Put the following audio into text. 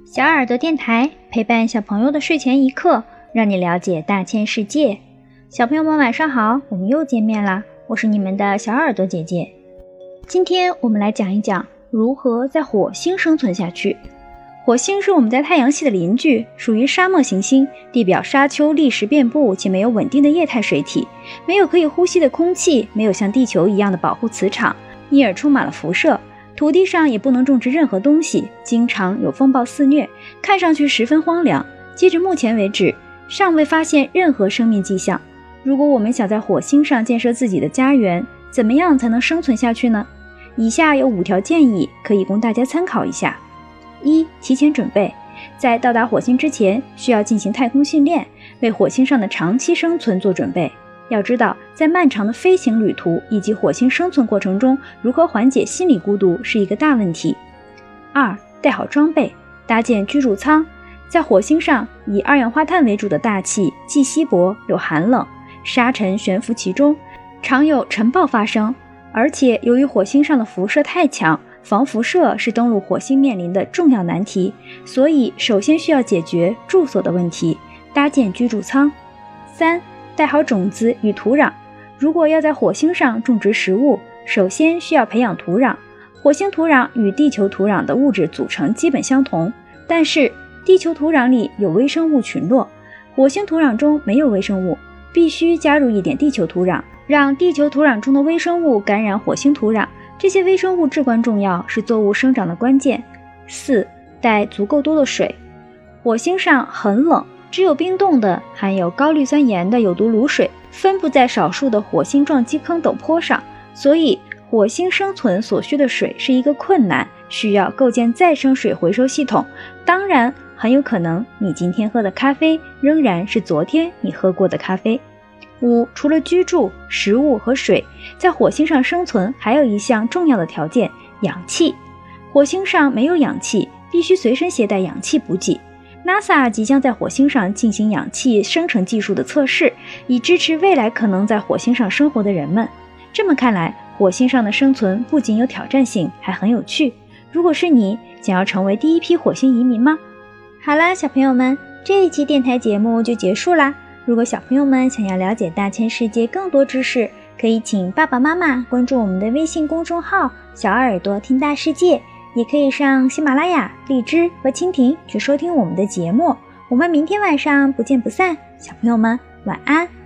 小耳朵电台陪伴小朋友的睡前一刻，让你了解大千世界。小朋友们晚上好，我们又见面啦，我是你们的小耳朵姐姐。今天我们来讲一讲如何在火星生存下去。火星是我们在太阳系的邻居，属于沙漠行星，地表沙丘砾石遍布，且没有稳定的液态水体，没有可以呼吸的空气，没有像地球一样的保护磁场，因而充满了辐射。土地上也不能种植任何东西，经常有风暴肆虐，看上去十分荒凉。截至目前为止，尚未发现任何生命迹象。如果我们想在火星上建设自己的家园，怎么样才能生存下去呢？以下有5条建议可以供大家参考一下。1. 提前准备，在到达火星之前，需要进行太空训练，为火星上的长期生存做准备。要知道，在漫长的飞行旅途以及火星生存过程中，如何缓解心理孤独是一个大问题。2. 带好装备，搭建居住舱。在火星上，以二氧化碳为主的大气既稀薄又寒冷，沙尘悬浮其中，常有尘暴发生。而且由于火星上的辐射太强，防辐射是登陆火星面临的重要难题，所以首先需要解决住所的问题，搭建居住舱。3. 带好种子与土壤。如果要在火星上种植食物，首先需要培养土壤。火星土壤与地球土壤的物质组成基本相同，但是地球土壤里有微生物群落，火星土壤中没有微生物，必须加入一点地球土壤，让地球土壤中的微生物感染火星土壤。这些微生物至关重要，是作物生长的关键。4. 带足够多的水。火星上很冷，只有冰冻的含有高氯酸盐的有毒卤水分布在少数的火星撞击坑陡坡上，所以火星生存所需的水是一个困难，需要构建再生水回收系统。当然，很有可能你今天喝的咖啡仍然是昨天你喝过的咖啡。5. 除了居住、食物和水，在火星上生存还有一项重要的条件，氧气。火星上没有氧气，必须随身携带氧气补给。NASA 即将在火星上进行氧气生成技术的测试，以支持未来可能在火星上生活的人们。这么看来，火星上的生存不仅有挑战性，还很有趣。如果是你，想要成为第一批火星移民吗？好啦，小朋友们，这一期电台节目就结束啦。如果小朋友们想要了解大千世界更多知识，可以请爸爸妈妈关注我们的微信公众号小耳朵听大世界，也可以上喜马拉雅、荔枝和蜻蜓去收听我们的节目。我们明天晚上不见不散，小朋友们晚安。